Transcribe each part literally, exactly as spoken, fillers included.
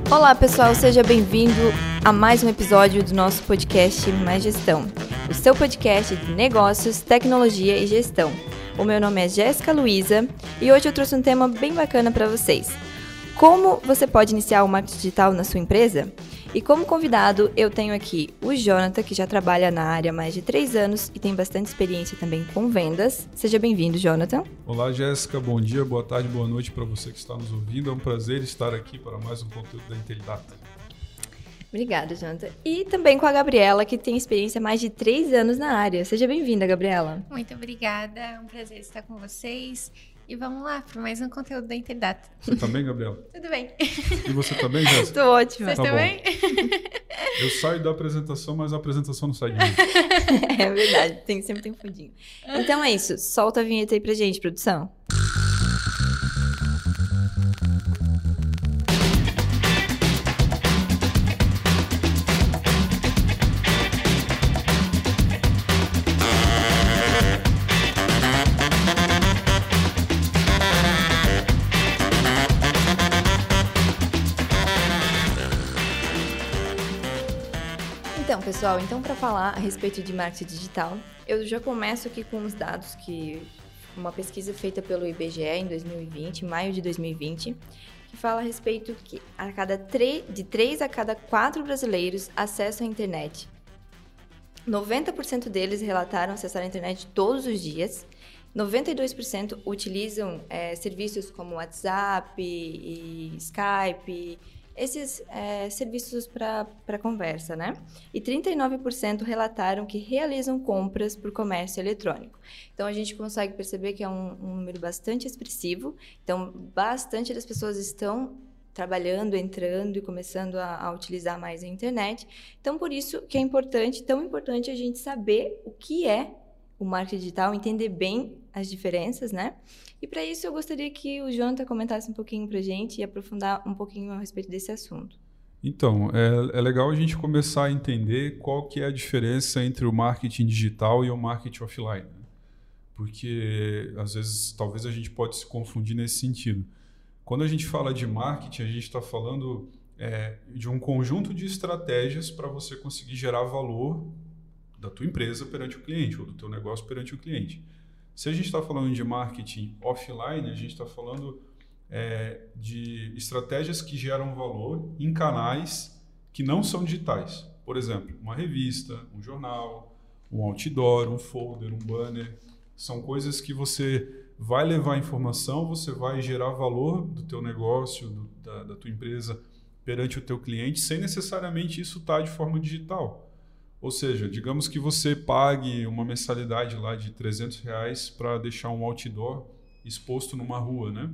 Olá pessoal, seja bem-vindo a mais um episódio do nosso podcast Mais Gestão, o seu podcast de negócios, tecnologia e gestão. O meu nome é Jéssica Luiza e hoje eu trouxe um tema bem bacana para vocês. Como você pode iniciar o marketing digital na sua empresa? E como convidado, eu tenho aqui o Jonathan, que já trabalha na área há mais de três anos e tem bastante experiência também com vendas. Seja bem-vindo, Jonathan. Olá, Jéssica. Bom dia, boa tarde, boa noite para você que está nos ouvindo. É um prazer estar aqui para mais um conteúdo da Intelidata. Obrigada, Jonathan. E também com a Gabriela, que tem experiência há mais de três anos na área. Seja bem-vinda, Gabriela. Muito obrigada. É um prazer estar com vocês. E vamos lá para mais um conteúdo da Intelidata. Você tá bem, Gabriela? Tudo bem. E você tá bem, Jéssica? Tô ótima. Vocês Tá também? Eu saio da apresentação, mas a apresentação não sai de mim. É verdade, tem, sempre tem um fundinho. Então é isso, solta a vinheta aí pra gente, produção. Então, pessoal, então para falar a respeito de marketing digital, eu já começo aqui com os dados que uma pesquisa feita pelo I B G E em dois mil e vinte, em maio de dois mil e vinte, que fala a respeito que a cada tre- de três a cada quatro brasileiros acessam a internet. noventa por cento deles relataram acessar a internet todos os dias. noventa e dois por cento utilizam é, serviços como WhatsApp e Skype, esses é, serviços para conversa, né? E trinta e nove por cento relataram que realizam compras por comércio eletrônico. Então, a gente consegue perceber que é um, um número bastante expressivo. Então, bastante das pessoas estão trabalhando, entrando e começando a, a utilizar mais a internet. Então, por isso que é importante, tão importante a gente saber o que é o marketing digital, entender bem as diferenças, né? E para isso eu gostaria que o Jonathan comentasse um pouquinho para a gente e aprofundar um pouquinho a respeito desse assunto. Então, é, é legal a gente começar a entender qual que é a diferença entre o marketing digital e o marketing offline, né? Porque, às vezes, talvez a gente pode se confundir nesse sentido. Quando a gente fala de marketing, a gente está falando é, de um conjunto de estratégias para você conseguir gerar valor da tua empresa perante o cliente ou do teu negócio perante o cliente. Se a gente está falando de marketing offline, a gente está falando é, de estratégias que geram valor em canais que não são digitais. Por exemplo, uma revista, um jornal, um outdoor, um folder, um banner. São coisas que você vai levar informação, você vai gerar valor do teu negócio, do, da, da tua empresa perante o teu cliente, sem necessariamente isso estar de forma digital. Ou seja, digamos que você pague uma mensalidade lá de trezentos reais para deixar um outdoor exposto numa rua, né?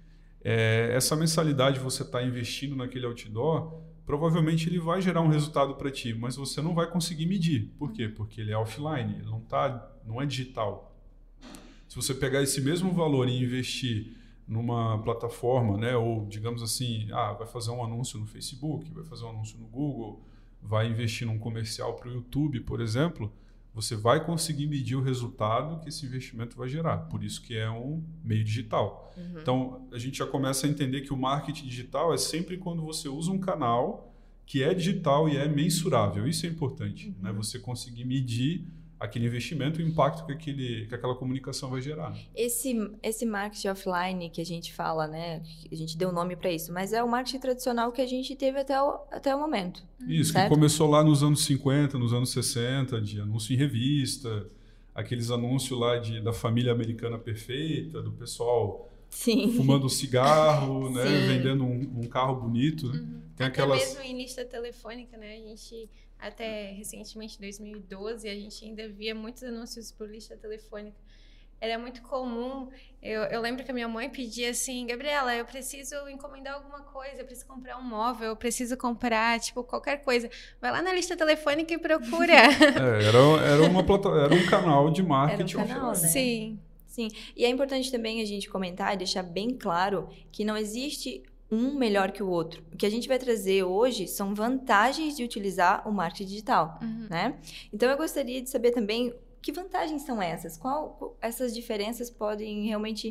É, essa mensalidade você está investindo naquele outdoor, provavelmente ele vai gerar um resultado para ti, mas você não vai conseguir medir. Por quê? Porque ele é offline, ele não, tá, não é digital. Se você pegar esse mesmo valor e investir numa plataforma, né, ou digamos assim, ah, vai fazer um anúncio no Facebook, vai fazer um anúncio no Google, vai investir num comercial para o YouTube, por exemplo, você vai conseguir medir o resultado que esse investimento vai gerar. Por isso que é um meio digital. Uhum. Então, a gente já começa a entender que o marketing digital é sempre quando você usa um canal que é digital e é mensurável. Isso é importante, uhum. né? Você conseguir medir aquele investimento, o impacto que, aquele, que aquela comunicação vai gerar. Esse, esse marketing offline que a gente fala, né? A gente deu um nome para isso, mas é o marketing tradicional que a gente teve até o, até o momento. Isso, certo? Que começou lá nos anos cinquenta, nos anos sessenta, de anúncio em revista, aqueles anúncios lá de, da família americana perfeita, do pessoal Sim. fumando cigarro, né? Sim. Vendendo um, um carro bonito. Né? Uhum. Tem Até aquelas... mesmo em lista telefônica, né? A gente, até recentemente, em dois mil e doze, a gente ainda via muitos anúncios por lista telefônica. Era muito comum. Eu, eu lembro que a minha mãe pedia assim, Gabriela, eu preciso encomendar alguma coisa, eu preciso comprar um móvel, eu preciso comprar, tipo, qualquer coisa. Vai lá na lista telefônica e procura. É, era, era, uma plata... era um canal de marketing era um canal, offline. né? Sim. Sim. E é importante também a gente comentar e deixar bem claro que não existe um melhor que o outro. O que a gente vai trazer hoje são vantagens de utilizar o marketing digital, uhum. né? Então, eu gostaria de saber também que vantagens são essas? Qual essas diferenças podem realmente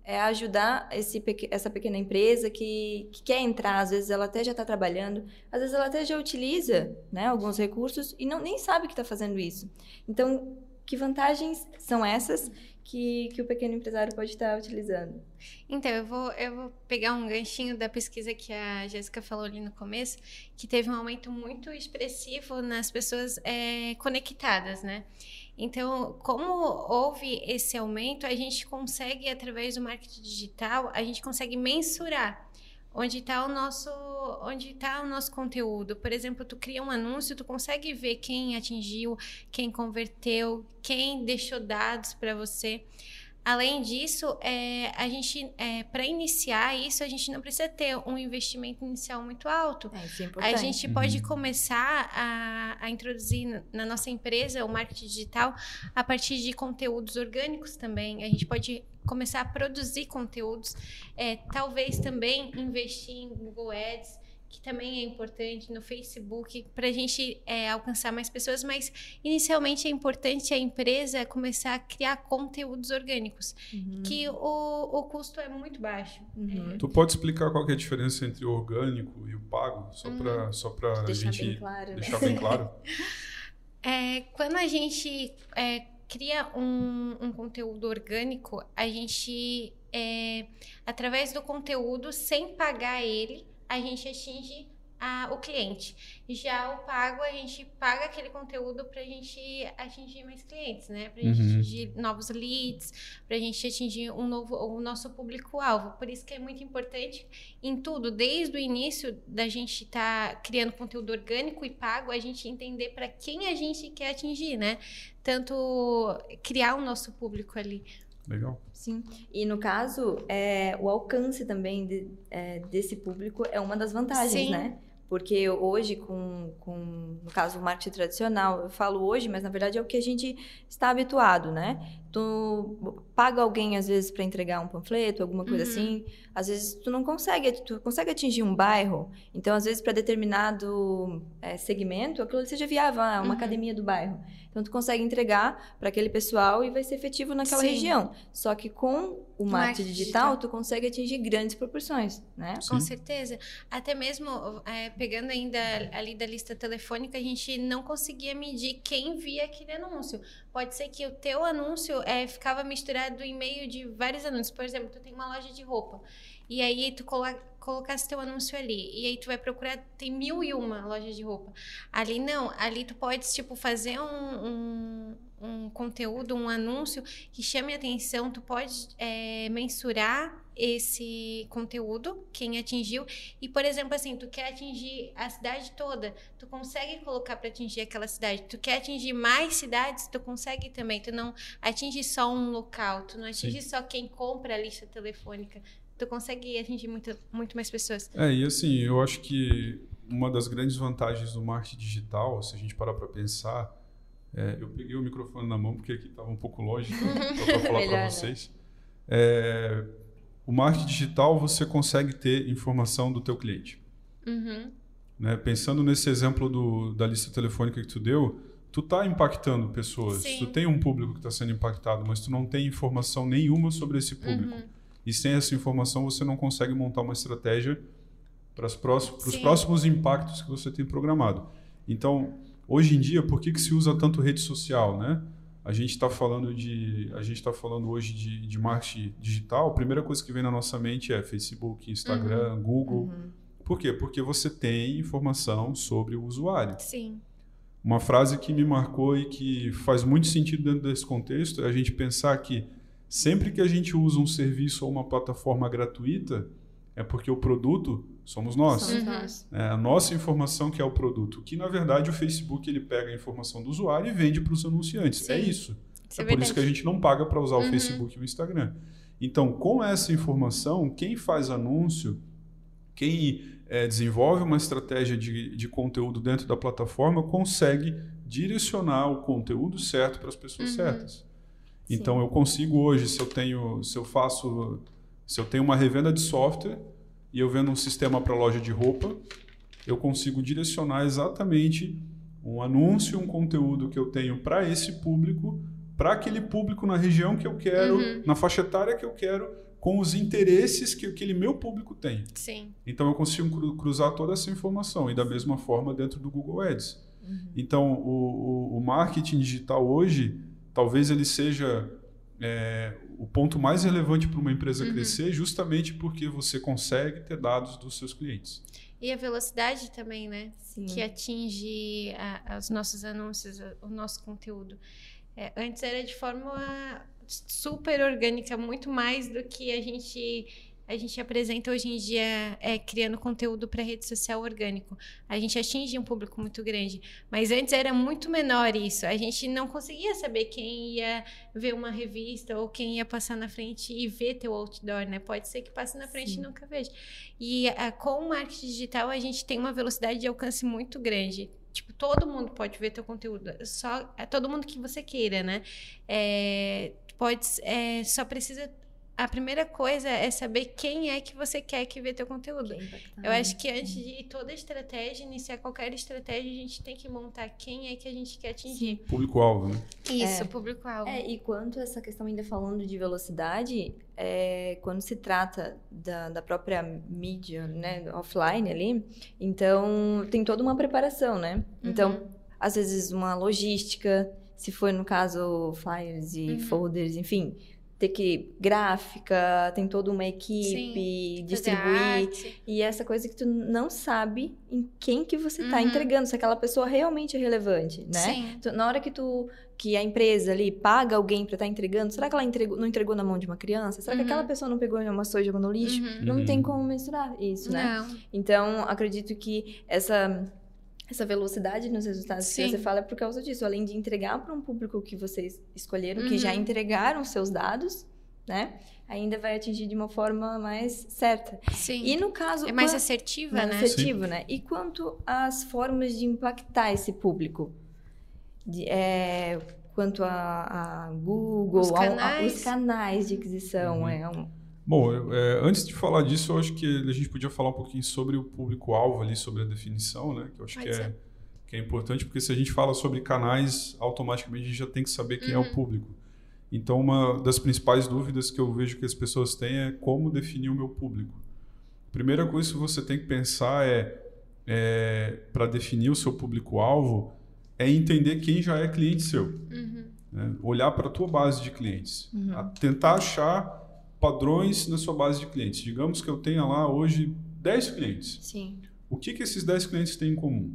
é ajudar esse, essa pequena empresa que, que quer entrar, às vezes ela até já está trabalhando, às vezes ela até já utiliza, né, alguns recursos e não, nem sabe que está fazendo isso. Então, que vantagens são essas que, que o pequeno empresário pode estar utilizando? Então, eu vou, eu vou pegar um ganchinho da pesquisa que a Jéssica falou ali no começo, que teve um aumento muito expressivo nas pessoas é, conectadas, né? Então, como houve esse aumento, a gente consegue, através do marketing digital, a gente consegue mensurar onde está o nosso, onde tá o nosso conteúdo. Por exemplo, tu cria um anúncio, tu consegue ver quem atingiu, quem converteu, quem deixou dados para você. Além disso, é, a gente, é, para iniciar isso, a gente não precisa ter um investimento inicial muito alto. É, isso é importante. A gente pode começar a, a introduzir na nossa empresa o marketing digital a partir de conteúdos orgânicos também. A gente pode começar a produzir conteúdos, é, talvez também investir em Google Ads, que também é importante, no Facebook, para a gente é, alcançar mais pessoas, mas inicialmente é importante a empresa começar a criar conteúdos orgânicos, uhum. que o, o custo é muito baixo. Uhum. É. Tu pode explicar qual que é a diferença entre o orgânico e o pago? Só uhum. para só para a gente bem claro, deixar né? bem claro. É, quando a gente é, cria um, um conteúdo orgânico, a gente, é, através do conteúdo, sem pagar ele, a gente atinge a, o cliente. Já o pago, a gente paga aquele conteúdo para a gente atingir mais clientes, né? Para a gente uhum. atingir novos leads, para a gente atingir um novo, o nosso público-alvo. Por isso que é muito importante em tudo, desde o início da gente estar tá criando conteúdo orgânico e pago, a gente entender para quem a gente quer atingir, né? Tanto criar o nosso público ali. Legal. Sim. E no caso, é, o alcance também de, é, desse público é uma das vantagens, Sim. né? Porque hoje, com, com, no caso, o marketing tradicional, eu falo hoje, mas na verdade é o que a gente está habituado, né? Tu paga alguém, às vezes, para entregar um panfleto, alguma coisa uhum. assim. Às vezes, tu não consegue, tu consegue atingir um bairro. Então, às vezes, para determinado é, segmento, aquilo seja viável, ah, uma uhum. academia do bairro. Então, tu consegue entregar para aquele pessoal e vai ser efetivo naquela Sim. região. Só que com o marketing digital, digital, tu consegue atingir grandes proporções, né? Sim. Com certeza. Até mesmo, é, pegando ainda ali da lista telefônica, a gente não conseguia medir quem via aquele anúncio. Pode ser que o teu anúncio é, ficava misturado em meio de vários anúncios. Por exemplo, tu tem uma loja de roupa. E aí tu coloca, colocasse teu anúncio ali. E aí tu vai procurar, tem mil e uma lojas de roupa. Ali não, ali tu pode, tipo, fazer um, um, um conteúdo, um anúncio que chame a atenção. Tu pode é, mensurar esse conteúdo, quem atingiu. E, por exemplo, assim, tu quer atingir a cidade toda, tu consegue colocar para atingir aquela cidade. Tu quer atingir mais cidades, tu consegue também. Tu não atinge só um local, tu não atinge Sim. só quem compra a lista telefônica. Tu consegue atingir muito, muito mais pessoas. É, e assim, eu acho que uma das grandes vantagens do marketing digital, se a gente parar para pensar, é, eu peguei o microfone na mão porque aqui estava um pouco longe, então, para falar para vocês. É, o marketing digital, você consegue ter informação do teu cliente. Uhum. Né? Pensando nesse exemplo do, da lista telefônica que tu deu, tu está impactando pessoas, Sim. tu tem um público que está sendo impactado, mas tu não tem informação nenhuma sobre esse público. Uhum. E sem essa informação, você não consegue montar uma estratégia para os próximos, próximos impactos que você tem programado. Então, hoje em dia, por que, que se usa tanto rede social, né? A gente está falando de, a gente está falando hoje de, de marketing digital. A primeira coisa que vem na nossa mente é Facebook, Instagram, uhum. Google. Uhum. Por quê? Porque você tem informação sobre o usuário. Sim. Uma frase que me marcou e que faz muito sentido dentro desse contexto é a gente pensar que sempre que a gente usa um serviço ou uma plataforma gratuita, é porque o produto somos nós. Somos nós. É a nossa informação que é o produto. Que, na verdade, o Facebook ele pega a informação do usuário e vende para os anunciantes. Sim. É isso. isso é, é por isso que a gente não paga para usar uhum. o Facebook e o Instagram. Então, com essa informação, quem faz anúncio, quem é, desenvolve uma estratégia de, de conteúdo dentro da plataforma, consegue direcionar o conteúdo certo para as pessoas uhum. certas. Então, Sim. eu consigo hoje, se eu tenho, se eu faço, se eu tenho uma revenda de software e eu vendo um sistema para loja de roupa, eu consigo direcionar exatamente um anúncio, um conteúdo que eu tenho para esse público, para aquele público na região que eu quero, uhum. na faixa etária que eu quero, com os interesses que aquele meu público tem. Sim. Então, eu consigo cru- cruzar toda essa informação. E da mesma forma dentro do Google Ads. Uhum. Então, o, o, o marketing digital hoje, talvez ele seja é, o ponto mais relevante para uma empresa uhum. crescer, justamente porque você consegue ter dados dos seus clientes. E a velocidade também, né? Sim. Que atinge a, os nossos anúncios, a, o nosso conteúdo. É, antes era de forma super orgânica, muito mais do que a gente, a gente apresenta hoje em dia é, criando conteúdo para rede social orgânico. A gente atinge um público muito grande, mas antes era muito menor isso. A gente não conseguia saber quem ia ver uma revista ou quem ia passar na frente e ver teu outdoor, né? Pode ser que passe na frente Sim. e nunca veja. E a, com o marketing digital a gente tem uma velocidade de alcance muito grande. Tipo, todo mundo pode ver teu conteúdo, só, é todo mundo que você queira, né? É, pode, é, só precisa... A primeira coisa é saber quem é que você quer que vê teu conteúdo. Eu acho que antes de toda estratégia, iniciar qualquer estratégia, a gente tem que montar quem é que a gente quer atingir. Público-alvo, né? Isso, é, público-alvo. É, e quanto a essa questão ainda falando de velocidade, é, quando se trata da, da própria mídia, né, offline ali, então tem toda uma preparação, né? Então, uhum. às vezes uma logística, se for no caso flyers e uhum. folders, enfim... ter que gráfica, tem toda uma equipe, Sim, distribuir. E essa coisa que tu não sabe em quem que você está uhum. entregando, se aquela pessoa realmente é relevante, né? Tu, na hora que tu que a empresa ali paga alguém para estar tá entregando, será que ela entregou, não entregou na mão de uma criança? Será uhum. que aquela pessoa não pegou e amassou e jogou no lixo? Uhum. Não uhum. tem como mensurar isso, né? Não. Então, acredito que essa... Essa velocidade nos resultados Sim. que você fala é por causa disso. Além de entregar para um público que vocês escolheram, uhum. que já entregaram seus dados, né? Ainda vai atingir de uma forma mais certa. Sim. E no caso... É mais assertiva, mais né? assertivo, né? E quanto às formas de impactar esse público? De, é, quanto a, a Google, os canais, a, a, os canais de aquisição. Uhum. É um, Bom, eu, é, antes de falar disso, eu acho que a gente podia falar um pouquinho sobre o público-alvo ali, sobre a definição, né? Que eu acho que é, que é importante, porque se a gente fala sobre canais, automaticamente a gente já tem que saber quem uhum. é o público. Então, uma das principais dúvidas que eu vejo que as pessoas têm é como definir o meu público. A primeira coisa que você tem que pensar é, é para definir o seu público-alvo, é entender quem já é cliente seu. Uhum. Né? Olhar para a tua base de clientes. Uhum. A tentar achar padrões na sua base de clientes. Digamos que eu tenha lá hoje dez clientes. Sim. O que, que esses dez clientes têm em comum?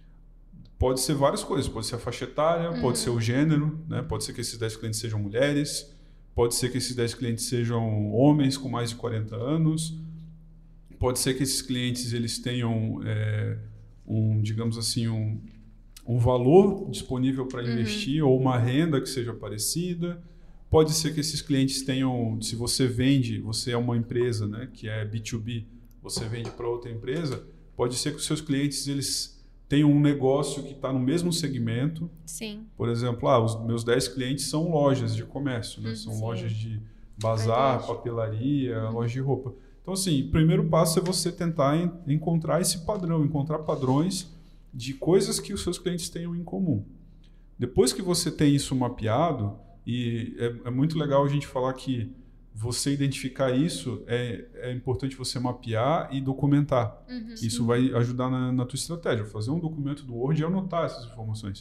Pode ser várias coisas. Pode ser a faixa etária, uhum. pode ser o gênero, né? Pode ser que esses dez clientes sejam mulheres, pode ser que esses dez clientes sejam homens com mais de quarenta anos, pode ser que esses clientes eles tenham, é, um, digamos assim, um, um valor disponível para uhum. investir ou uma renda que seja parecida. Pode ser que esses clientes tenham, se você vende, você é uma empresa, né, que é B dois B, você vende para outra empresa, pode ser que os seus clientes eles tenham um negócio que está no mesmo segmento. Sim. Por exemplo, ah, os meus dez clientes são lojas de comércio, né? São Sim. lojas de bazar, papelaria, uhum. loja de roupa. Então, assim, o primeiro passo é você tentar en- encontrar esse padrão, encontrar padrões de coisas que os seus clientes tenham em comum. Depois que você tem isso mapeado, e é, é muito legal a gente falar que você identificar isso, é, é importante você mapear e documentar. Uhum, isso vai ajudar na, na tua estratégia, fazer um documento do Word e anotar essas informações.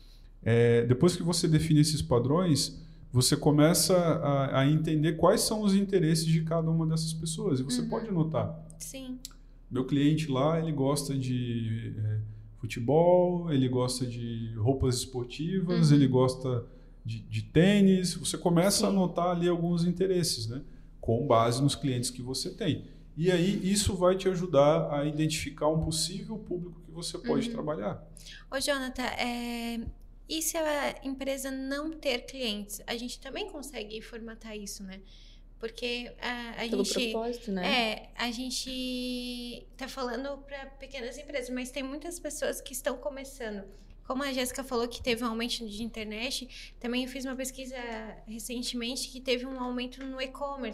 É, depois que você define esses padrões, você começa a, a entender quais são os interesses de cada uma dessas pessoas. E você uhum. pode anotar. Sim. Meu cliente lá, ele gosta de é, futebol, ele gosta de roupas esportivas, uhum. ele gosta... De, de tênis, você começa Sim. a anotar ali alguns interesses, né? Com base nos clientes que você tem. E aí isso vai te ajudar a identificar um possível público que você pode uhum. trabalhar. Ô, Jonathan, é... e se a empresa não ter clientes? A gente também consegue formatar isso, né? Porque a, a Pelo gente... propósito, né? É, a gente tá falando para pequenas empresas, mas tem muitas pessoas que estão começando. Como a Jéssica falou que teve um aumento de internet, também eu fiz uma pesquisa recentemente que teve um aumento no e-commerce.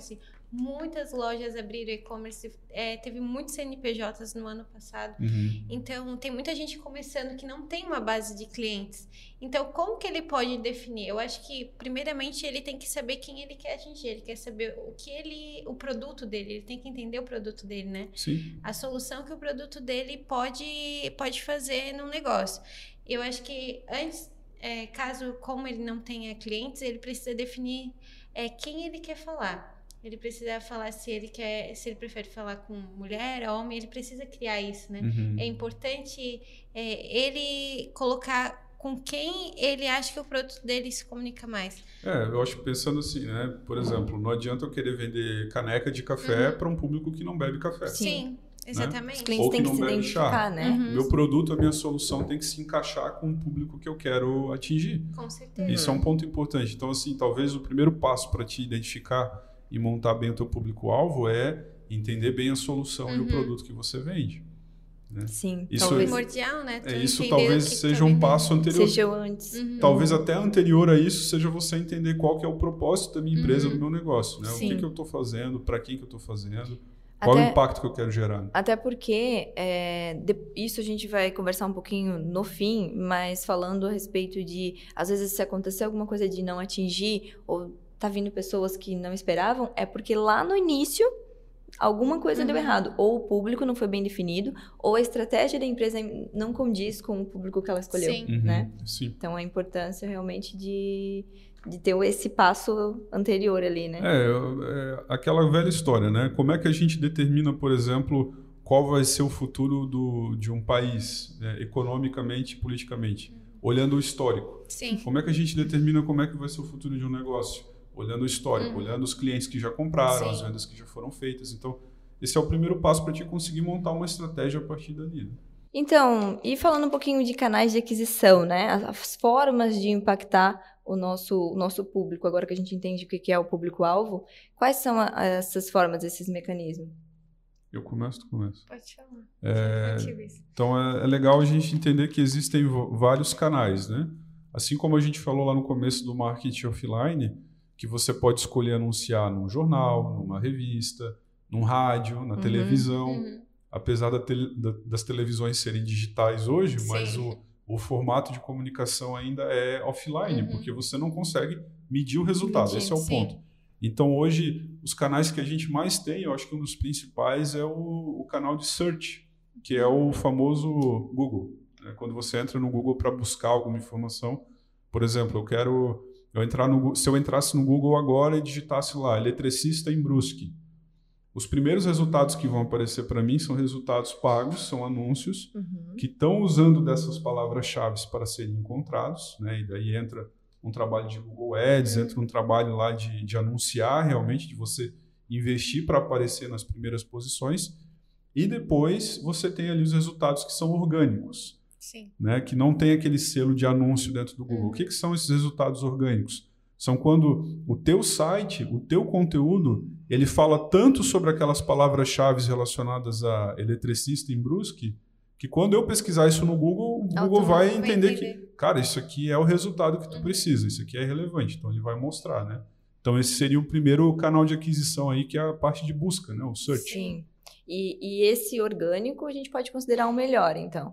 muitas lojas abriram e-commerce, é, teve muitos C N P Js no ano passado. Uhum. Então, tem muita gente começando que não tem uma base de clientes. Então, como que ele pode definir? Eu acho que, primeiramente, ele tem que saber quem ele quer atingir. Ele quer saber o que ele, o produto dele. Ele tem que entender o produto dele, né? Sim. A solução que o produto dele pode, pode fazer no negócio. Eu acho que, antes, é, caso, como ele não tenha clientes, ele precisa definir é, quem ele quer falar. Ele precisa falar se ele quer, se ele prefere falar com mulher, homem, ele precisa criar isso, né? Uhum. É importante é, ele colocar com quem ele acha que o produto dele se comunica mais. É, eu acho que pensando assim, né? Por exemplo, não adianta eu querer vender caneca de café Uhum. para um público que não bebe café. Sim, Sim exatamente. Os clientes Ou que têm que não se bebe identificar, chá. né? Uhum. Meu produto, a minha solução tem que se encaixar com o público que eu quero atingir. Com certeza. Isso é um ponto importante. Então, assim, talvez o primeiro passo para te identificar e montar bem o teu público-alvo é entender bem a solução Uhum. e o produto que você vende. Né? Sim, Isso É talvez primordial, né? Tu É, isso entender talvez o que que seja tá um vendendo. passo anterior. seja o antes. Uhum. Talvez até anterior a isso seja você entender qual que é o propósito da minha empresa, Uhum. do meu negócio. Né? O Sim. que, que eu estou fazendo, para quem que eu estou fazendo, qual Até- é o impacto que eu quero gerar. Até porque, é, de- isso a gente vai conversar um pouquinho no fim, mas falando a respeito de, às vezes, se acontecer alguma coisa de não atingir, ou tá vindo pessoas que não esperavam, é porque lá no início alguma coisa Uhum. deu errado. Ou o público não foi bem definido, ou a estratégia da empresa não condiz com o público que ela escolheu, Sim. Uhum, né? Sim. Então, a importância realmente de, de ter esse passo anterior ali, né? É, é aquela velha história, né? Como é que a gente determina, por exemplo, qual vai ser o futuro do, de um país, né, economicamente e politicamente? Olhando o histórico. Sim. Como é que a gente determina como é que vai ser o futuro de um negócio? Olhando o histórico, Uhum. olhando os clientes que já compraram, Sim. as vendas que já foram feitas. Então, esse é o primeiro passo para te conseguir montar uma estratégia a partir dali. Né? Então, e falando um pouquinho de canais de aquisição, né? As, as formas de impactar o nosso, o nosso público, agora que a gente entende o que é o público-alvo, quais são a, essas formas, esses mecanismos? Eu começo, tu começa. Pode falar. É, Contigo isso. então, é, é legal a gente entender que existem v- vários canais, né? Assim como a gente falou lá no começo do marketing offline, que você pode escolher anunciar num jornal, numa revista, num rádio, na Uhum. televisão. Uhum. Apesar da tele- da- das televisões serem digitais hoje, Sim. mas o, o formato de comunicação ainda é offline, Uhum. porque você não consegue medir o resultado. Medir, Esse é o sim. ponto. Então, hoje, os canais que a gente mais tem, eu acho que um dos principais é o, o canal de search, que é o famoso Google. Né? Quando você entra no Google para buscar alguma informação, por exemplo, eu quero eu entrar no Gu- se eu entrasse no Google agora e digitasse lá, eletricista em Brusque, os primeiros resultados que vão aparecer para mim são resultados pagos, são anúncios Uhum. que estão usando dessas palavras-chave para serem encontrados, né? E daí entra um trabalho de Google Ads, Uhum. entra um trabalho lá de, de anunciar realmente, de você investir para aparecer nas primeiras posições, e depois você tem ali os resultados que são orgânicos, Sim. né? Que não tem aquele selo de anúncio dentro do Google. Uhum. O que, que são esses resultados orgânicos? São quando o teu site, o teu conteúdo, ele fala tanto sobre aquelas palavras-chave relacionadas a eletricista em Brusque, que quando eu pesquisar isso no Google, o Google vai Automaticamente vai entender entender. que, cara, isso aqui é o resultado que tu Uhum. precisa, isso aqui é relevante, então ele vai mostrar, né? Então esse seria o primeiro canal de aquisição aí, que é a parte de busca, né? O search. Sim. E, e esse orgânico a gente pode considerar o melhor, então.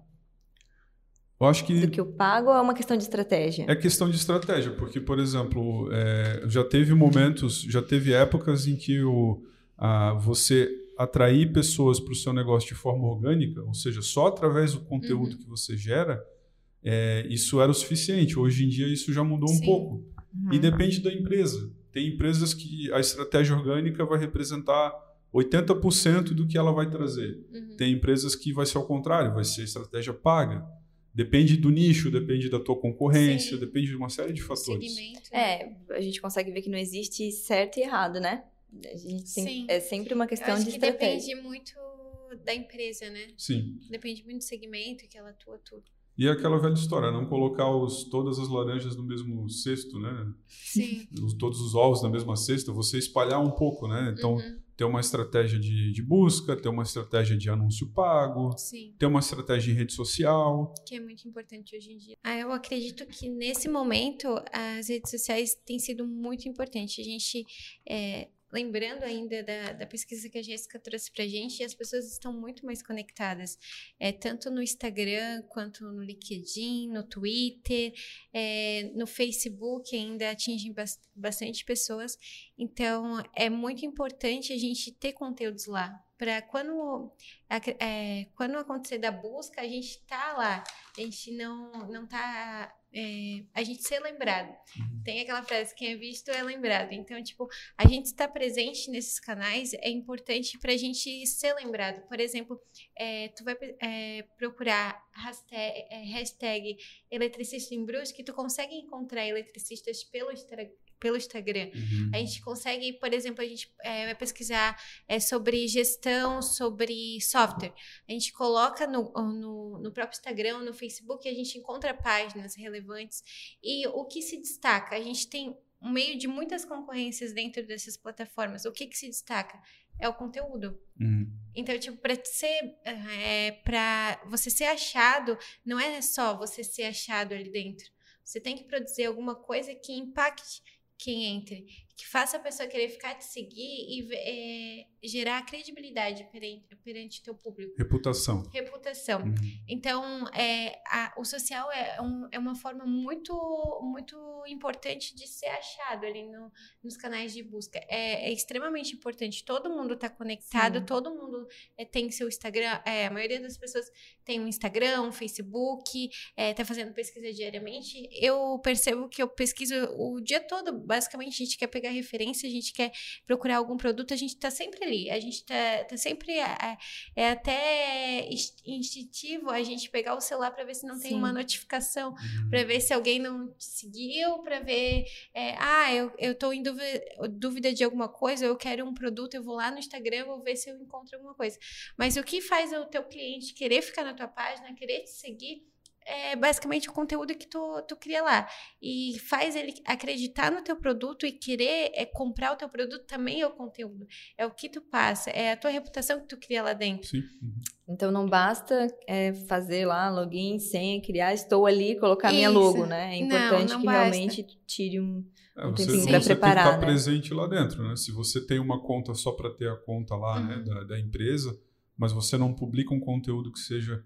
Eu acho que Do que o pago é uma questão de estratégia. é questão de estratégia, porque, por exemplo, é, já teve momentos, já teve épocas em que o, a, você atrair pessoas para o seu negócio de forma orgânica, ou seja, só através do conteúdo Uhum. que você gera, é, isso era o suficiente. Hoje em dia isso já mudou um Sim. pouco. Uhum. E depende da empresa. Tem empresas que a estratégia orgânica vai representar oitenta por cento do que ela vai trazer. Uhum. Tem empresas que vai ser ao contrário, vai ser estratégia paga. Depende do nicho, depende da tua concorrência, Sim. depende de uma série de fatores. Segmento. né? É, a gente consegue ver que não existe certo e errado, né? A gente tem- Sim. é sempre uma Eu questão acho de que estratégia. depende muito da empresa, né? Sim. Depende muito do segmento que ela atua tudo. E é aquela velha história, não colocar os, todas as laranjas no mesmo cesto, né? Sim. Os- todos os ovos na mesma cesta, você espalhar um pouco, né? Então, Uhum. ter uma estratégia de, de busca, ter uma estratégia de anúncio pago, Sim. ter uma estratégia em rede social. Que é muito importante hoje em dia. Ah, eu acredito que nesse momento as redes sociais têm sido muito importantes. A gente, é, lembrando ainda da, da pesquisa que a Jéssica trouxe pra gente, as pessoas estão muito mais conectadas, é, tanto no Instagram, quanto no LinkedIn, no Twitter, é, no Facebook ainda atingem bas- bastante pessoas. Então, é muito importante a gente ter conteúdos lá, para quando, é, quando acontecer da busca, a gente tá lá, a gente não, não tá... É, a gente ser lembrado. Uhum. Tem aquela frase, quem é visto é lembrado. Então, tipo, a gente estar presente nesses canais é importante pra gente ser lembrado. Por exemplo, é, tu vai é, procurar hashtag, é, hashtag eletricista em Brusque, tu consegue encontrar eletricistas pelo Instagram. Pelo Instagram. Uhum. A gente consegue, por exemplo, a gente é, vai pesquisar é, sobre gestão, sobre software. A gente coloca no, no, no próprio Instagram, no Facebook, e a gente encontra páginas relevantes. E o que se destaca? A gente tem um meio de muitas concorrências dentro dessas plataformas. O que, que se destaca? É o conteúdo. Uhum. Então, tipo, para ser, é, para você ser achado, não é só você ser achado ali dentro. Você tem que produzir alguma coisa que impacte quem entre, que faça a pessoa querer ficar te seguir e é, gerar credibilidade perante, perante teu público. Reputação. Reputação. Uhum. Então, é, a, o social é, um, é uma forma muito, muito importante de ser achado ali no, nos canais de busca. É, é extremamente importante. Todo mundo está conectado, Sim. todo mundo é, tem seu Instagram. É, a maioria das pessoas tem um Instagram, um Facebook, está é, fazendo pesquisa diariamente. Eu percebo que eu pesquiso o dia todo. Basicamente, a gente quer pegar referência, a gente quer procurar algum produto, a gente tá sempre ali, a gente tá, tá sempre, é, é até instintivo a gente pegar o celular para ver se não Sim. tem uma notificação, uhum. para ver se alguém não te seguiu, para ver, é, ah, eu, eu tô em dúvida, dúvida de alguma coisa, eu quero um produto, eu vou lá no Instagram, vou ver se eu encontro alguma coisa. Mas o que faz o teu cliente querer ficar na tua página, querer te seguir, é basicamente o conteúdo que tu, tu cria lá. E faz ele acreditar no teu produto e querer é, comprar o teu produto também é o conteúdo. É o que tu passa, é a tua reputação que tu cria lá dentro. Sim. Uhum. Então não basta é, fazer lá login, senha, criar, estou ali, colocar Isso. minha logo, né? É importante não, não que basta. realmente tu tire um, é, um você, tempinho para preparar. Você tem que estar né? presente lá dentro, né? Se você tem uma conta só para ter a conta lá, uhum. né, da, da empresa, mas você não publica um conteúdo que seja...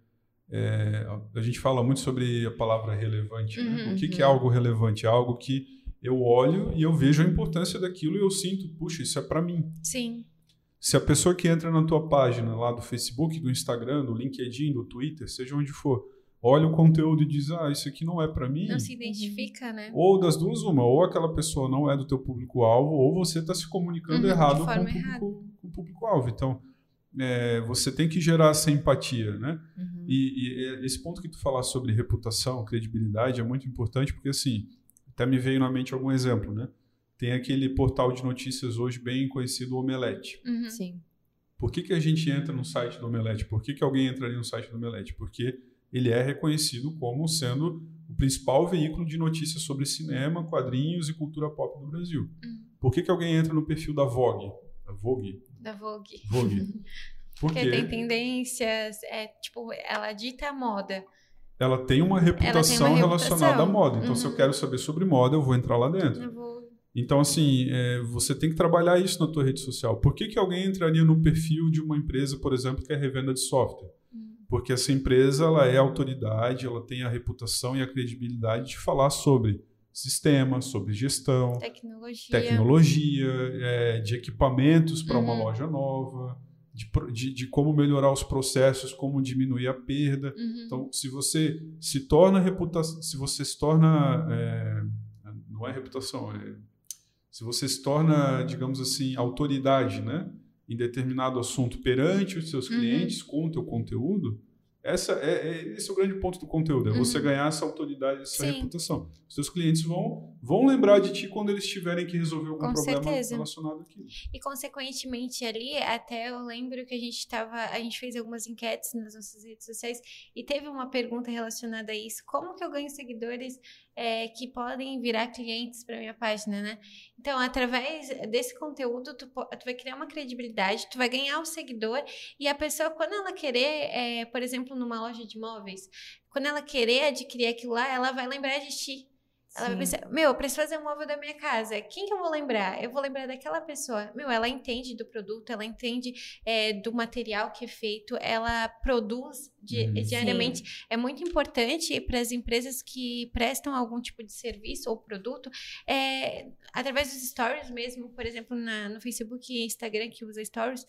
É, a gente fala muito sobre a palavra relevante, né? Uhum, o que, uhum. que é algo relevante? É algo que eu olho e eu vejo a importância daquilo e eu sinto, puxa, isso é para mim. Sim. Se a pessoa que entra na tua página lá do Facebook, do Instagram, do LinkedIn, do Twitter, seja onde for, olha o conteúdo e diz, ah, isso aqui não é para mim. Não se identifica, uhum. né? Ou das duas, uma, ou aquela pessoa não é do teu público-alvo, ou você está se comunicando uhum, errado com o, público, com o público-alvo. Então, É, você tem que gerar essa empatia, né? Uhum. E, e esse ponto que tu falar sobre reputação, credibilidade é muito importante porque, assim, até me veio na mente algum exemplo, né? Tem aquele portal de notícias hoje bem conhecido, o Omelete. Uhum. Sim. Por que que a gente entra no site do Omelete? Por que que alguém entraria no site do Omelete? Porque ele é reconhecido como sendo o principal veículo de notícias sobre cinema, quadrinhos e cultura pop do Brasil. Uhum. Por que que alguém entra no perfil da Vogue? Da Vogue? Da Vogue. Vogue. Por Porque quê? tem tendências, é, tipo, ela dita a moda. Ela tem uma reputação tem uma relacionada reputação. à moda. Então, uhum. se eu quero saber sobre moda, eu vou entrar lá dentro. Eu vou... Então, assim, é, você tem que trabalhar isso na tua rede social. Por que que alguém entraria no perfil de uma empresa, por exemplo, que é revenda de software? Uhum. Porque essa empresa, ela é autoridade, ela tem a reputação e a credibilidade de falar sobre sistema, sobre gestão, tecnologia, tecnologia é, de equipamentos para uhum. uma loja nova, de, de, de como melhorar os processos, como diminuir a perda. Uhum. Então, se você se torna reputação, se você se torna, é, não é reputação, é, se você se torna, digamos assim, autoridade, né, em determinado assunto perante os seus clientes, uhum. com o teu conteúdo, essa é, é, esse é o grande ponto do conteúdo, é uhum. você ganhar essa autoridade, essa Sim. reputação. Os seus clientes vão, vão lembrar de ti quando eles tiverem que resolver algum Com problema certeza. relacionado àquilo. E, consequentemente, ali, até eu lembro que a gente estava, a gente fez algumas enquetes nas nossas redes sociais e teve uma pergunta relacionada a isso, como que eu ganho seguidores é, que podem virar clientes para minha página, né? Então, através desse conteúdo, tu, tu vai criar uma credibilidade, tu vai ganhar o seguidor e a pessoa, quando ela querer, é, por exemplo, numa loja de imóveis, quando ela querer adquirir aquilo lá, ela vai lembrar de ti. Ela vai pensar, meu, eu preciso fazer um móvel da minha casa. Quem que eu vou lembrar? Eu vou lembrar daquela pessoa. Meu, ela entende do produto, ela entende é, do material que é feito, ela produz di- Uhum. diariamente. Sim. É muito importante para as empresas que prestam algum tipo de serviço ou produto, é, através dos stories mesmo, por exemplo, na, no Facebook e Instagram que usa stories,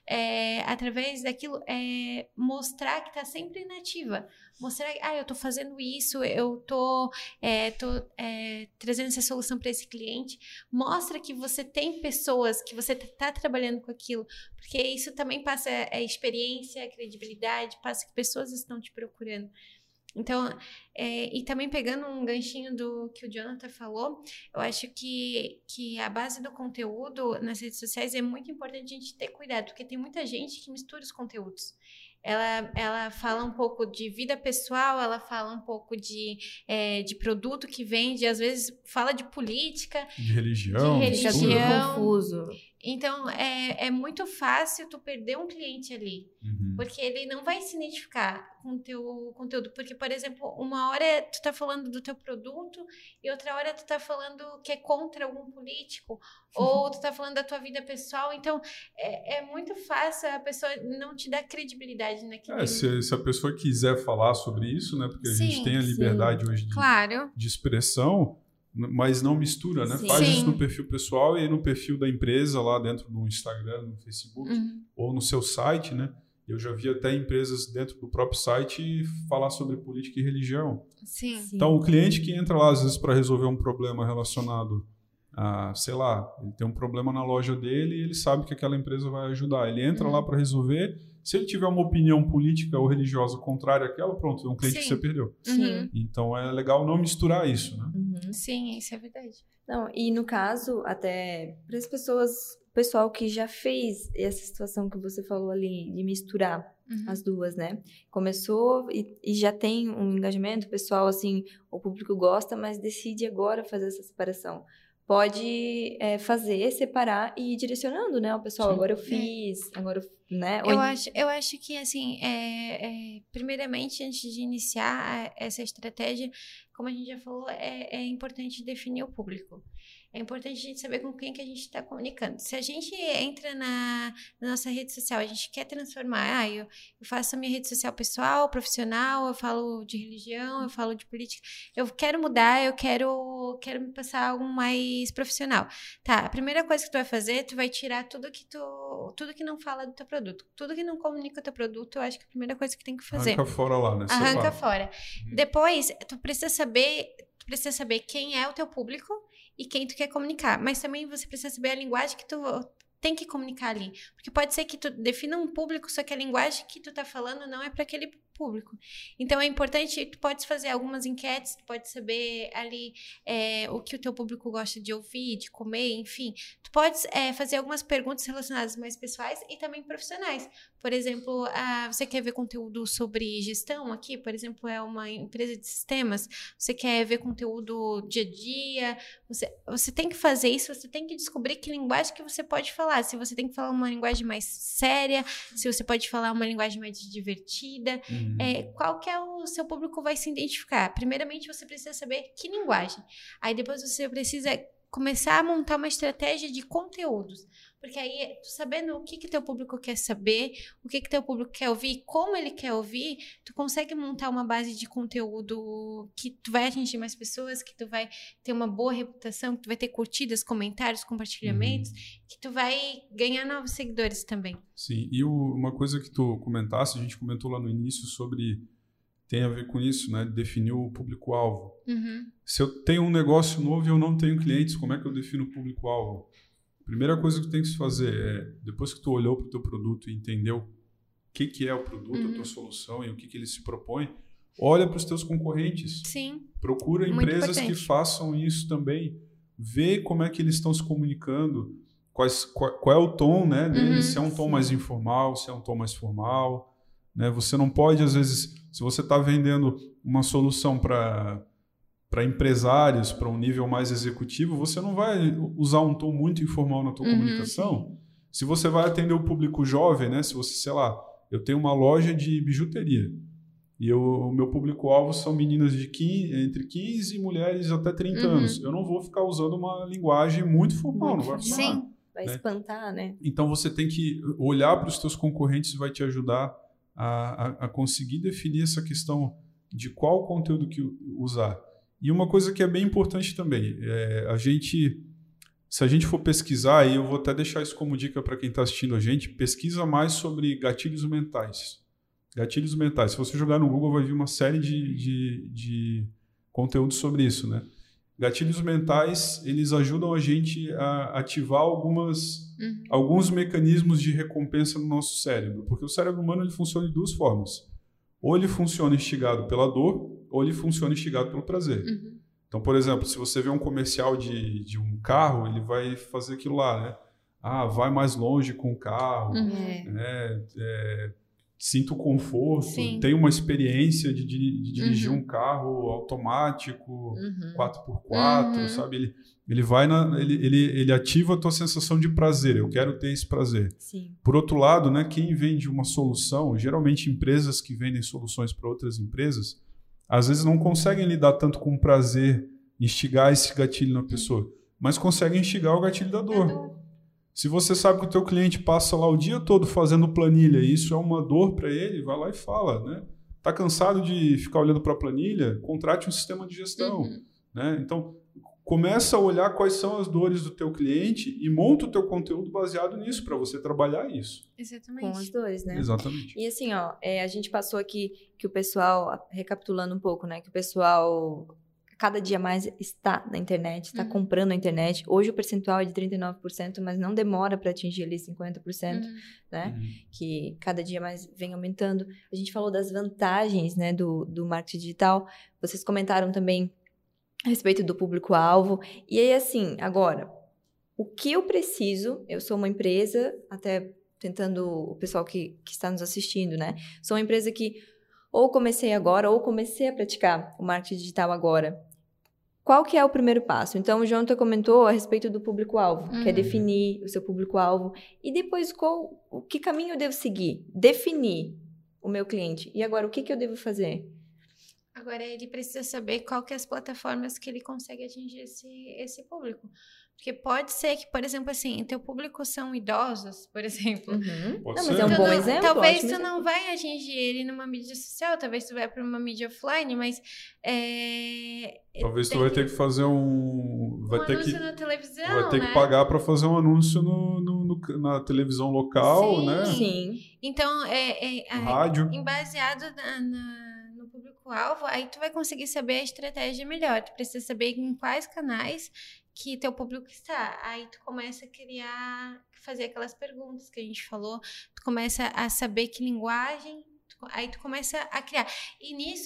é, através daquilo, é, mostrar que está sempre nativa. Mostrar, ah, eu tô fazendo isso, eu tô, é, tô é, trazendo essa solução para esse cliente. Mostra que você tem pessoas, que você tá trabalhando com aquilo, porque isso também passa a experiência, a credibilidade, passa que pessoas estão te procurando. Então, é, e também pegando um ganchinho do que o Jonathan falou, eu acho que, que a base do conteúdo nas redes sociais é muito importante a gente ter cuidado, porque tem muita gente que mistura os conteúdos. Ela, ela fala um pouco de vida pessoal, ela fala um pouco de, é, de produto que vende, às vezes fala de política, De religião. de Fica tudo religião. confuso. Então, é, é muito fácil tu perder um cliente ali. Uhum. Porque ele não vai se identificar com o teu conteúdo. Porque, por exemplo, uma hora tu tá falando do teu produto e outra hora tu tá falando que é contra algum político ou tu tá falando da tua vida pessoal. Então, é, é muito fácil a pessoa não te dar credibilidade naquilo. É, se, se a pessoa quiser falar sobre isso, né? Porque a Sim, gente tem a liberdade sim. hoje de, Claro. de expressão, mas não mistura, né? Sim. Faz Sim. isso no perfil pessoal e no perfil da empresa lá dentro do Instagram, no Facebook Uhum. ou no seu site, né? Eu já vi até empresas dentro do próprio site falar sobre política e religião. Sim. Sim. Então, o cliente que entra lá, às vezes, para resolver um problema relacionado a, sei lá, ele tem um problema na loja dele e ele sabe que aquela empresa vai ajudar. Ele entra Uhum. lá para resolver. Se ele tiver uma opinião política ou religiosa contrária àquela, pronto, é um cliente Sim. que você perdeu. Uhum. Então, é legal não misturar isso, né? Uhum. Sim, isso é verdade. Não, e no caso, até para as pessoas, o pessoal que já fez essa situação que você falou ali, de misturar Uhum. as duas, né? Começou e, e já tem um engajamento, o pessoal, assim, o público gosta, mas decide agora fazer essa separação. Pode é, fazer, separar e ir direcionando, né? O pessoal, Sim. agora eu fiz, agora eu, né? Ou Eu en- acho, eu acho que, assim, é, é, primeiramente, antes de iniciar a- essa estratégia, como a gente já falou, é, é importante definir o público. É importante a gente saber com quem que a gente está comunicando. Se a gente entra na, na nossa rede social, a gente quer transformar, ah, eu, eu faço a minha rede social pessoal, profissional, eu falo de religião, eu falo de política, eu quero mudar, eu quero, quero me passar algo mais profissional. Tá, a primeira coisa que tu vai fazer, tu vai tirar tudo que tu, tudo que não fala do teu produto. Tudo que não comunica o teu produto, eu acho que é a primeira coisa que tem que fazer. Arranca fora lá, né? Arranca Separa. fora. Uhum. Depois, tu precisa saber, tu precisa saber quem é o teu público e quem tu quer comunicar. Mas também você precisa saber a linguagem que tu tem que comunicar ali. Porque pode ser que tu defina um público, só que a linguagem que tu tá falando não é para aquele público. Então, é importante, tu pode fazer algumas enquetes, tu pode saber ali é, o que o teu público gosta de ouvir, de comer, enfim. Tu pode é, fazer algumas perguntas relacionadas mais pessoais e também profissionais. Por exemplo, ah, você quer ver conteúdo sobre gestão aqui? Por exemplo, é uma empresa de sistemas. Você quer ver conteúdo dia a dia? Você, você tem que fazer isso, você tem que descobrir que linguagem que você pode falar. Se você tem que falar uma linguagem mais séria, se você pode falar uma linguagem mais divertida. Uhum. É, qual que é o seu público vai se identificar? Primeiramente, você precisa saber que linguagem. Aí depois você precisa começar a montar uma estratégia de conteúdos. Porque aí, tu sabendo o que que teu público quer saber, o que que teu público quer ouvir, como ele quer ouvir, tu consegue montar uma base de conteúdo que tu vai atingir mais pessoas, que tu vai ter uma boa reputação, que tu vai ter curtidas, comentários, compartilhamentos, Uhum. que tu vai ganhar novos seguidores também. Sim, e o- uma coisa que tu comentasse, a gente comentou lá no início sobre, tem a ver com isso, né? Definir o público-alvo. Uhum. Se eu tenho um negócio novo e eu não tenho clientes, como é que eu defino o público-alvo? Primeira coisa que tu tem que se fazer é, depois que tu olhou para o teu produto e entendeu o que, que é o produto, Uhum. a tua solução e o que, que ele se propõe, olha para os teus concorrentes. Sim. Procura Muito empresas que importante. façam isso também. Vê como é que eles estão se comunicando, quais, qual, qual é o tom, né, deles, Uhum. se é um tom Sim. mais informal, se é um tom mais formal. Né? Você não pode, às vezes, se você está vendendo uma solução para para empresários, para um nível mais executivo, você não vai usar um tom muito informal na tua Uhum, comunicação. Se você vai atender o público jovem, né? Se você, sei lá, eu tenho uma loja de bijuteria E eu, o meu público-alvo são meninas de quinze, entre quinze e mulheres até trinta Uhum. anos. Eu não vou ficar usando uma linguagem muito formal, Muito não vai funcionar. Sim. Vai né? espantar, né? Então você tem que olhar para os teus concorrentes, vai te ajudar a, a, a conseguir definir essa questão de qual conteúdo que usar. E uma coisa que é bem importante também, é a gente, se a gente for pesquisar, e eu vou até deixar isso como dica para quem está assistindo a gente, pesquisa mais sobre gatilhos mentais. Gatilhos mentais. Se você jogar no Google, vai vir uma série de, de, de conteúdos sobre isso, né? Gatilhos mentais, eles ajudam a gente a ativar algumas, Uhum. alguns mecanismos de recompensa no nosso cérebro. Porque o cérebro humano ele funciona de duas formas. Ou ele funciona instigado pela dor, ou ele funciona instigado pelo prazer. Uhum. Então, por exemplo, se você vê um comercial de, de um carro, ele vai fazer aquilo lá, né? Ah, vai mais longe com o carro, Uhum. É. né? É, sinta o conforto, Sim. tem uma experiência de, de, de dirigir Uhum. um carro automático, Uhum. quatro por quatro, Uhum. sabe? Ele, ele vai na, ele, ele, ele ativa a tua sensação de prazer. Eu quero ter esse prazer. Sim. Por outro lado, né, quem vende uma solução, geralmente empresas que vendem soluções para outras empresas, às vezes não conseguem lidar tanto com o prazer, instigar esse gatilho na pessoa, mas conseguem instigar o gatilho da dor. Da dor. Se você sabe que o teu cliente passa lá o dia todo fazendo planilha e isso é uma dor para ele, vai lá e fala, né? Tá cansado de ficar olhando para a planilha? Contrate um sistema de gestão, Uhum. né? Então, começa a olhar quais são as dores do teu cliente e monta o teu conteúdo baseado nisso, para você trabalhar isso. Exatamente. Com as dores, né? Exatamente. E assim, ó, é, a gente passou aqui que o pessoal, recapitulando um pouco, né? Que o pessoal cada dia mais está na internet, está Uhum. comprando a internet. Hoje o percentual é de trinta e nove por cento, mas não demora para atingir ali cinquenta por cento, Uhum. né? Uhum. Que cada dia mais vem aumentando. A gente falou das vantagens, né, do, do marketing digital. Vocês comentaram também a respeito do público-alvo. E aí, assim, agora, o que eu preciso? Eu sou uma empresa, até tentando o pessoal que, que está nos assistindo, né? Sou uma empresa que ou comecei agora, ou comecei a praticar o marketing digital agora. Qual que é o primeiro passo? Então, o Jonathan comentou a respeito do público-alvo, Uhum. que é definir o seu público-alvo. E depois, qual, o que caminho eu devo seguir? Definir o meu cliente. E agora, o que, que eu devo fazer? Agora ele precisa saber qual que é as plataformas que ele consegue atingir esse, esse público. Porque pode ser que, por exemplo, assim, teu público são idosos, por exemplo. Uhum. Pode Não, ser. mas é um Tu bom não- exemplo. Talvez ótimo tu exemplo. não vai atingir ele numa mídia social, talvez tu vai para uma mídia offline, mas é, Talvez tu tem vai ter que fazer um... Vai um ter que... anúncio na televisão, Vai ter né? que pagar para fazer um anúncio no, no- no- na televisão local, Sim. né? Sim. Então, é, é, No é, rádio. em baseado na, na- no público-alvo, aí tu vai conseguir saber a estratégia melhor. Tu precisa saber em quais canais que teu público está. Aí tu começa a criar, fazer aquelas perguntas que a gente falou. Tu começa a saber que linguagem... tu- Aí tu começa a criar. E nisso,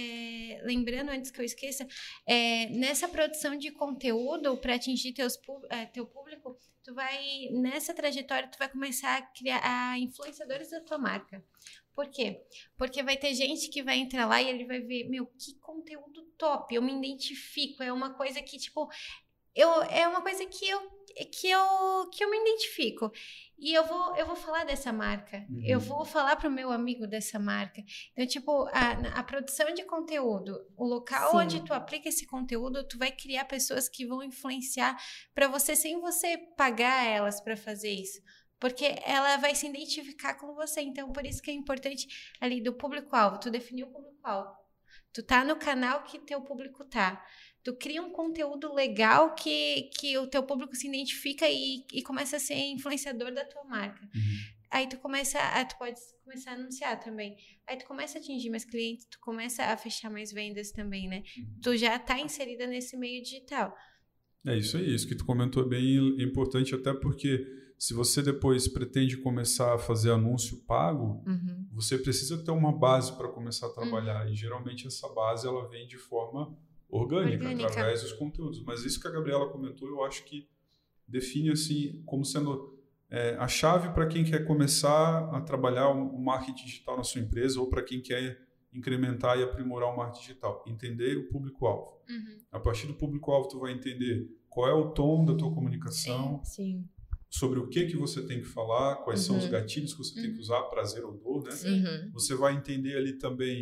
é, lembrando antes que eu esqueça, é, nessa produção de conteúdo para atingir teus, pu- é, teu público, tu vai, nessa trajetória, tu vai começar a criar a influenciadores da tua marca. Por quê? Porque vai ter gente que vai entrar lá e ele vai ver, meu, que conteúdo top, eu me identifico, é uma coisa que, tipo, eu, é uma coisa que eu, que eu, que eu me identifico. E eu vou, eu vou falar dessa marca. Uhum. Eu vou falar pro meu amigo dessa marca. Então, tipo, a, a produção de conteúdo, o local Sim. onde tu aplica esse conteúdo, tu vai criar pessoas que vão influenciar para você sem você pagar elas para fazer isso. Porque ela vai se identificar com você. Então, por isso que é importante ali do público-alvo. Tu definiu o público-alvo. Tu tá no canal que teu público tá. Tu cria um conteúdo legal que, que o teu público se identifica e, e começa a ser influenciador da tua marca. Uhum. Aí tu começa, a, tu pode começar a anunciar também. Aí tu começa a atingir mais clientes, tu começa a fechar mais vendas também, né? Uhum. Tu já tá inserida nesse meio digital. É isso aí, isso que tu comentou é bem importante, até porque se você depois pretende começar a fazer anúncio pago, Uhum. você precisa ter uma base para começar a trabalhar. E geralmente essa base ela vem de forma orgânica, Orgânica. através dos conteúdos. Mas isso que a Gabriela comentou, eu acho que define assim como sendo é, a chave para quem quer começar a trabalhar o marketing digital na sua empresa ou para quem quer incrementar e aprimorar o marketing digital. Entender o público-alvo. Uhum. A partir do público-alvo, tu vai entender qual é o tom da tua comunicação, Sim. sobre o que que você tem que falar, quais são os Uhum. gatilhos que você tem que usar, prazer ou dor, né? Sim. Uhum. Você vai entender ali também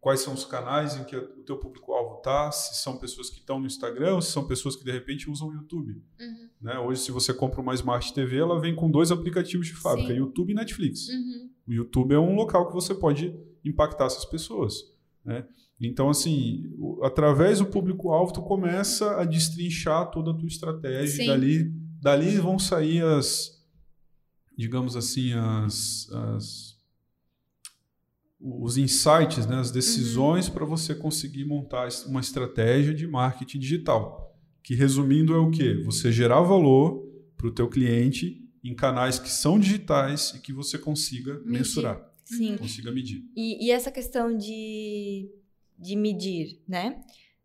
quais são os canais em que o teu público-alvo está, se são pessoas que estão no Instagram ou se são pessoas que, de repente, usam o YouTube. Uhum. Né? Hoje, se você compra uma Smart T V, ela vem com dois aplicativos de fábrica, Sim. YouTube e Netflix. Uhum. O YouTube é um local que você pode impactar essas pessoas. Né? Então, assim, através do público-alvo, tu começa a destrinchar toda a tua estratégia. E dali, dali vão sair as, digamos assim, as... as os insights, né, as decisões uhum. para você conseguir montar uma estratégia de marketing digital. Que, resumindo, é o quê? Você gerar valor para o teu cliente em canais que são digitais e que você consiga medir. mensurar. Sim. Consiga medir. E, e essa questão de, de medir, né?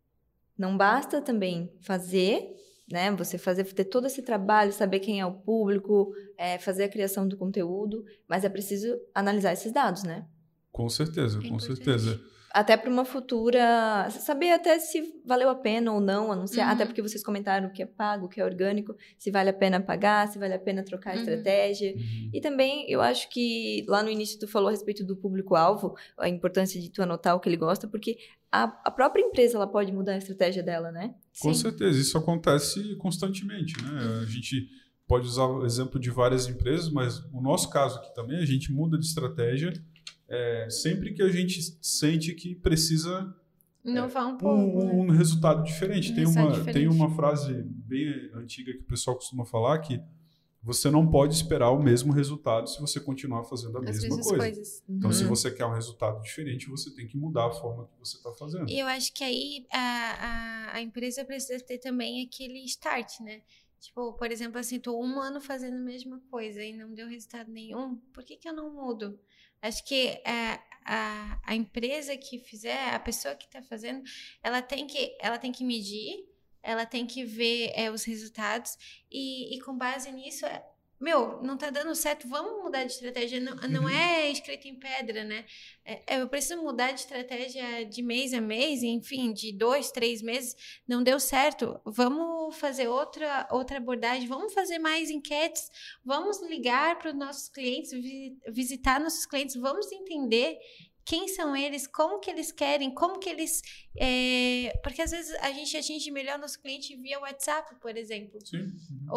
Não basta também fazer, né? Você fazer, ter todo esse trabalho, saber quem é o público, é, fazer a criação do conteúdo, mas é preciso analisar esses dados, né? Com certeza, é com certeza. Até para uma futura... Saber até se valeu a pena ou não anunciar. Uhum. Até porque vocês comentaram que é pago, que é orgânico. Se vale a pena pagar, se vale a pena trocar a uhum. estratégia. Uhum. E também, eu acho que lá no início tu falou a respeito do público-alvo, a importância de tu anotar o que ele gosta, porque a, a própria empresa ela pode mudar a estratégia dela, né? Com Sim. certeza, isso acontece constantemente, né? A gente pode usar o exemplo de várias empresas, mas no nosso caso aqui também, a gente muda de estratégia É, sempre que a gente sente que precisa inovar um, é, pouco, um, um né? resultado diferente. Um tem, resultado uma, diferente. tem uma frase bem antiga que o pessoal costuma falar que você não pode esperar o mesmo resultado se você continuar fazendo a As mesma coisa. Coisas. Então, uhum. se você quer um resultado diferente, você tem que mudar a forma que você está fazendo. E eu acho que aí a, a, a empresa precisa ter também aquele start, né? Tipo, por exemplo, assim, tô um ano fazendo a mesma coisa e não deu resultado nenhum, por que que eu não mudo? Acho que a, a, a empresa que fizer, a pessoa que está fazendo, ela tem que, ela tem que medir, ela tem que ver é, os resultados e, e com base nisso, é, meu, não tá dando certo, vamos mudar de estratégia. Não, não é escrito em pedra, né? É, eu preciso mudar de estratégia de mês a mês, enfim, de dois, três meses, não deu certo. Vamos fazer outra, outra abordagem, vamos fazer mais enquetes, vamos ligar para os nossos clientes, visitar nossos clientes, vamos entender quem são eles, como que eles querem, como que eles... É... Porque às vezes a gente atinge melhor nosso cliente via WhatsApp, por exemplo. Sim.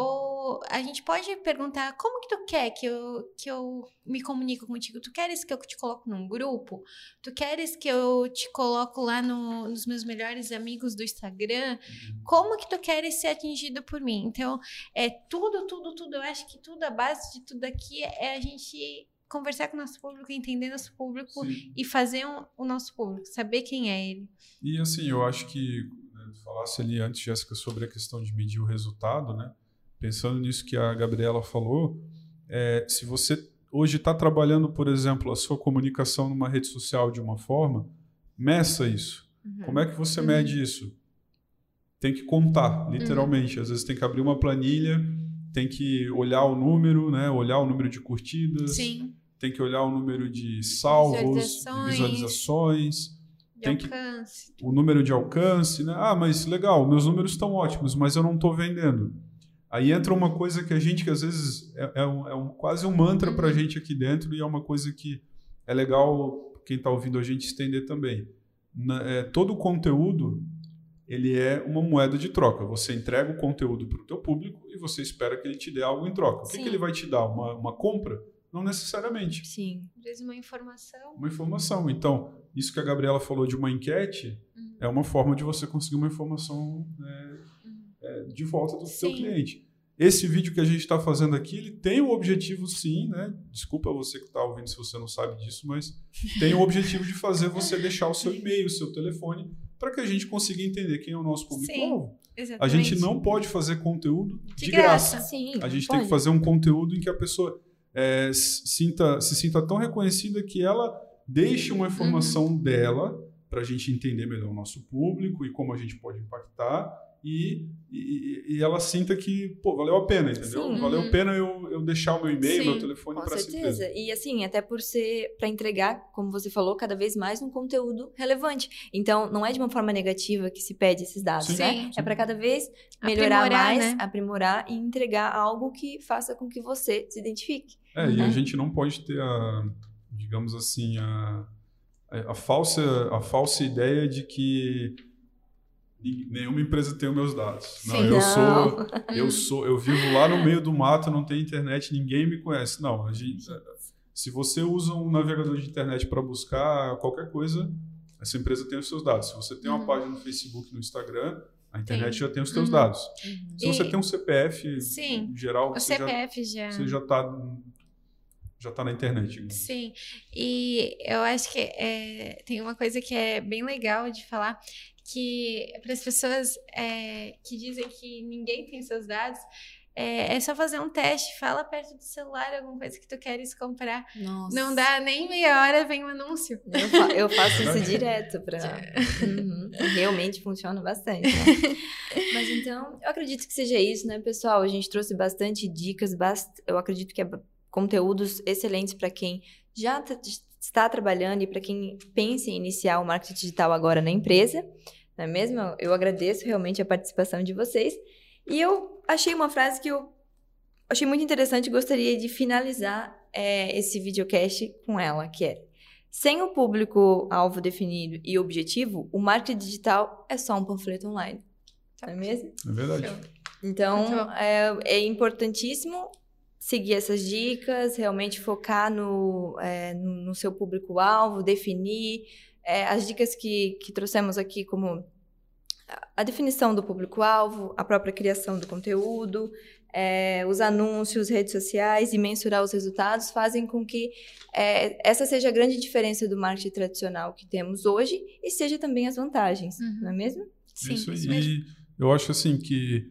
Ou a gente pode perguntar, como que tu quer que eu, que eu me comunique contigo? Tu queres que eu te coloque num grupo? Tu queres que eu te coloque lá no, nos meus melhores amigos do Instagram? Como que tu queres ser atingido por mim? Então, é tudo, tudo, tudo. Eu acho que tudo, a base de tudo aqui é a gente... conversar com o nosso público, entender nosso público Sim. e fazer um, o nosso público, saber quem é ele. E assim, eu acho que, né, tu falasse ali antes, Jéssica, sobre a questão de medir o resultado, né? Pensando nisso que a Gabriela falou, é, se você hoje está trabalhando, por exemplo, a sua comunicação numa rede social de uma forma, meça isso. Uhum. Como é que você uhum. mede isso? Tem que contar, literalmente. Uhum. Às vezes tem que abrir uma planilha, tem que olhar o número, né? Olhar o número de curtidas, Sim. tem que olhar o número de salvos, visualizações, de visualizações, de tem alcance. Que, o número de alcance, né? Ah, mas legal, meus números estão ótimos, mas eu não estou vendendo. Aí entra uma coisa que a gente, que às vezes é, é, um, é um, quase um mantra uhum. para a gente aqui dentro e é uma coisa que é legal quem está ouvindo a gente estender também. Na, é, todo o conteúdo ele é uma moeda de troca. Você entrega o conteúdo para o teu público e você espera que ele te dê algo em troca. O que, que ele vai te dar? Uma, uma compra? Não necessariamente. Sim. Às vezes uma informação. Uma informação. Então, isso que a Gabriela falou de uma enquete uhum. é uma forma de você conseguir uma informação é, uhum. é, de volta do Sim. teu cliente. Esse vídeo que a gente está fazendo aqui, ele tem o objetivo, sim, né? Desculpa você que está ouvindo se você não sabe disso, mas tem o objetivo de fazer você deixar o seu e-mail, o seu telefone, para que a gente consiga entender quem é o nosso público-alvo. A gente não pode fazer conteúdo de, de graça. graça. Sim, a gente pode. tem que fazer um conteúdo em que a pessoa é, sinta, se sinta tão reconhecida que ela deixe uma informação uhum. dela para a gente entender melhor o nosso público e como a gente pode impactar. E, e, e ela sinta que, pô, valeu a pena, entendeu? Sim. Valeu a pena eu, eu deixar o meu e-mail, Sim, meu telefone para essa empresa. Com certeza. E assim, até por ser, para entregar, como você falou, cada vez mais um conteúdo relevante. Então, não é de uma forma negativa que se pede esses dados, Sim, né? sim. É para cada vez melhorar aprimorar, mais, né? aprimorar e entregar algo que faça com que você se identifique. É, né? E a gente não pode ter a, digamos assim, a... a, falsa, a falsa ideia de que nenhuma empresa tem os meus dados. Sim, não, eu não. sou, eu sou, eu vivo lá no meio do mato, não tenho internet, ninguém me conhece. Não, a gente, se você usa um navegador de internet para buscar qualquer coisa, essa empresa tem os seus dados. Se você tem uma uhum. página no Facebook, no Instagram, a internet tem. já tem os seus uhum. dados. Uhum. Se você e... tem um C P F, Sim. em geral, o você C P F já, já... Você já está já tá na internet. Digamos. Sim. E eu acho que é, tem uma coisa que é bem legal de falar, que para as pessoas é, que dizem que ninguém tem seus dados, é, é só fazer um teste, fala perto do celular alguma coisa que tu queres comprar. Nossa. Não dá nem meia hora, vem um anúncio. Eu, fa eu faço isso direto. Pra... uhum. Realmente funciona bastante. Né? Mas então, eu acredito que seja isso, né, pessoal? A gente trouxe bastante dicas, bast... eu acredito que é conteúdos excelentes para quem já está trabalhando e para quem pensa em iniciar o marketing digital agora na empresa, não é mesmo? Eu agradeço realmente a participação de vocês. E eu achei uma frase que eu achei muito interessante e gostaria de finalizar é, esse videocast com ela, que é: sem o público-alvo definido e objetivo, o marketing digital é só um panfleto online. Não é mesmo? É verdade. Então, é, é importantíssimo seguir essas dicas, realmente focar no, é, no seu público-alvo, definir é, as dicas que, que trouxemos aqui, como a definição do público-alvo, a própria criação do conteúdo, é, os anúncios, redes sociais e mensurar os resultados fazem com que é, essa seja a grande diferença do marketing tradicional que temos hoje e seja também as vantagens, uhum. não é mesmo? Sim, isso aí. E eu acho assim que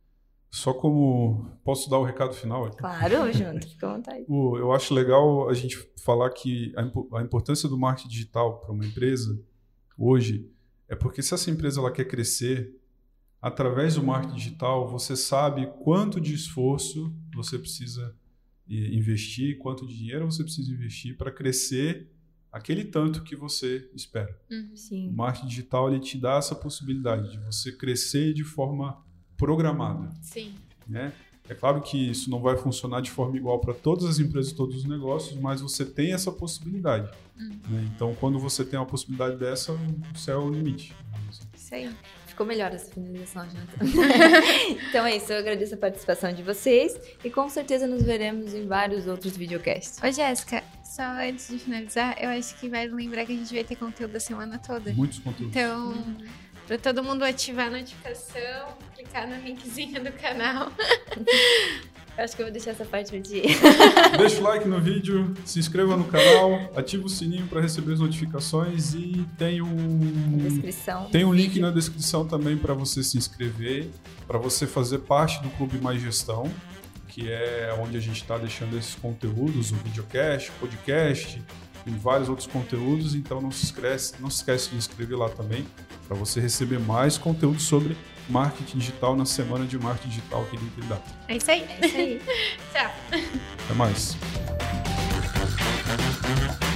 só como... Posso dar o recado final aqui? Claro, junto, fica à vontade. Eu acho legal a gente falar que a importância do marketing digital para uma empresa hoje é porque se essa empresa ela quer crescer, através do marketing digital, você sabe quanto de esforço você precisa investir, quanto de dinheiro você precisa investir para crescer aquele tanto que você espera. Sim. O marketing digital ele te dá essa possibilidade de você crescer de forma programada. Sim. Né? É claro que isso não vai funcionar de forma igual para todas as empresas, todos os negócios, mas você tem essa possibilidade. Uhum. Né? Então, quando você tem uma possibilidade dessa, o céu é o limite. Isso aí. Ficou melhor essa finalização, Jonathan. Então é isso, eu agradeço a participação de vocês e com certeza nos veremos em vários outros videocasts. Ô, Jéssica, só antes de finalizar, eu acho que vale lembrar que a gente vai ter conteúdo a semana toda. Muitos conteúdos. Então... Uhum. Para todo mundo ativar a notificação, clicar no linkzinho do canal. Eu acho que eu vou deixar essa parte para ti. Deixa o like no vídeo, se inscreva no canal, ativa o sininho para receber as notificações e tem um, descrição tem um link na descrição também para você se inscrever, para você fazer parte do Clube Mais Gestão, que é onde a gente está deixando esses conteúdos, o videocast, o podcast e vários outros conteúdos. Então não se esquece, não se esquece de inscrever lá também, para você receber mais conteúdo sobre marketing digital na semana de marketing digital que ele dá. É isso aí. É isso aí. Tchau. Até mais.